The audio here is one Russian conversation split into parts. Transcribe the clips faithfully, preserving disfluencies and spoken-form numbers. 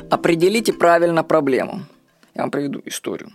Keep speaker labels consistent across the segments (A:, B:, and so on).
A: Определите правильно проблему. Я вам приведу историю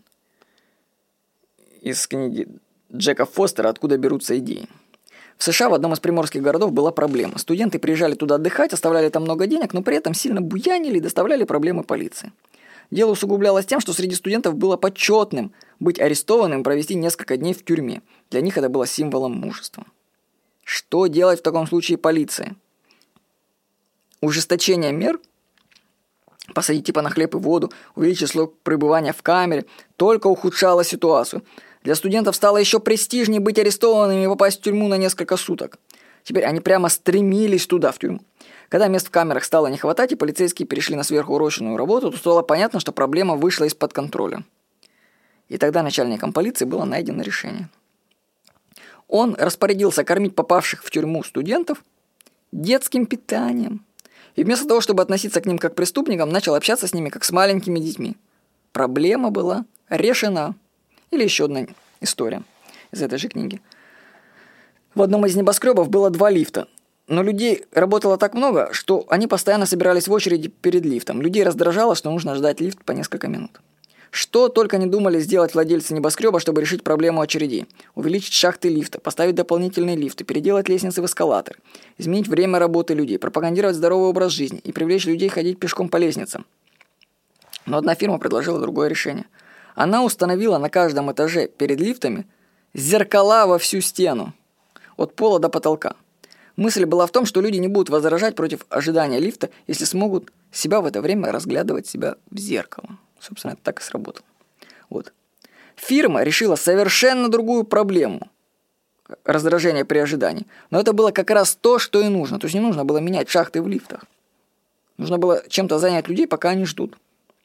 A: из книги Джека Фостера «Откуда берутся идеи». В США в одном из приморских городов была проблема. Студенты приезжали туда отдыхать, оставляли там много денег, но при этом сильно буянили и доставляли проблемы полиции. Дело усугублялось тем, что среди студентов было почетным быть арестованным и провести несколько дней в тюрьме. Для них это было символом мужества. Что делать в таком случае полиции? Ужесточение мер, посадить типа на хлеб и воду, увеличить срок пребывания в камере, только ухудшало ситуацию. Для студентов стало еще престижнее быть арестованными и попасть в тюрьму на несколько суток. Теперь они прямо стремились туда, в тюрьму. Когда мест в камерах стало не хватать, и полицейские перешли на сверхурочную работу, то стало понятно, что проблема вышла из-под контроля. И тогда начальником полиции было найдено решение. Он распорядился кормить попавших в тюрьму студентов детским питанием. И вместо того, чтобы относиться к ним как к преступникам, начал общаться с ними как с маленькими детьми. Проблема была решена. Или еще одна история из этой же книги. В одном из небоскребов было два лифта. Но людей работало так много, что они постоянно собирались в очереди перед лифтом. Людей раздражало, что нужно ждать лифт по несколько минут. Что только не думали сделать владельцы небоскреба, чтобы решить проблему очередей. Увеличить шахты лифта, поставить дополнительные лифты, переделать лестницы в эскалаторы, изменить время работы людей, пропагандировать здоровый образ жизни и привлечь людей ходить пешком по лестницам. Но одна фирма предложила другое решение. Она установила на каждом этаже перед лифтами зеркала во всю стену, от пола до потолка. Мысль была в том, что люди не будут возражать против ожидания лифта, если смогут себя в это время разглядывать себя в зеркало. Собственно, это так и сработало. Вот. Фирма решила совершенно другую проблему раздражения при ожидании. Но это было как раз то, что и нужно. То есть не нужно было менять шахты в лифтах. Нужно было чем-то занять людей, пока они ждут.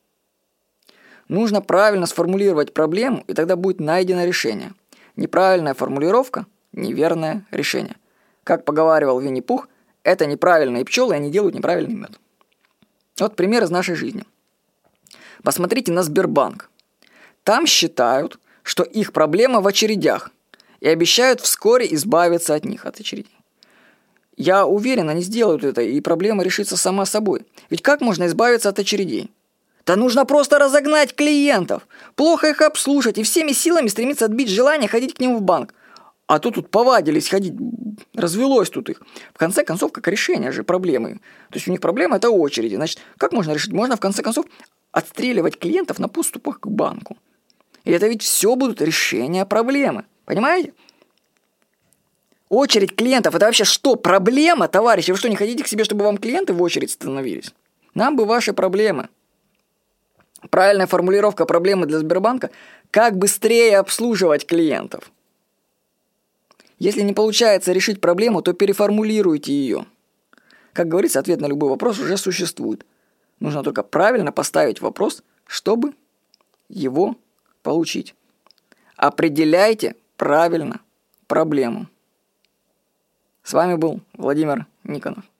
A: Нужно правильно сформулировать проблему, и тогда будет найдено решение. Неправильная формулировка – неверное решение. Как поговаривал Винни-Пух, это неправильные пчелы, они делают неправильный мед. Вот пример из нашей жизни. Посмотрите на Сбербанк. Там считают, что их проблема в очередях, и обещают вскоре избавиться от них, от очередей. Я уверен, они сделают это, и проблема решится сама собой. Ведь как можно избавиться от очередей? Да нужно просто разогнать клиентов, плохо их обслуживать и всеми силами стремиться отбить желание ходить к ним в банк. А то тут повадились ходить, развелось тут их. В конце концов, как решение же проблемы. То есть у них проблема – это очереди. Значит, как можно решить? Можно в конце концов отстреливать клиентов на подступах к банку. И это ведь все будут решения проблемы. Понимаете? Очередь клиентов – это вообще что, проблема, товарищи? Вы что, не хотите к себе, чтобы вам клиенты в очередь становились? Нам бы ваши проблемы. Правильная формулировка проблемы для Сбербанка – как быстрее обслуживать клиентов. Если не получается решить проблему, то переформулируйте ее. Как говорится, ответ на любой вопрос уже существует. Нужно только правильно поставить вопрос, чтобы его получить. Определяйте правильно проблему. С вами был Владимир Никонов.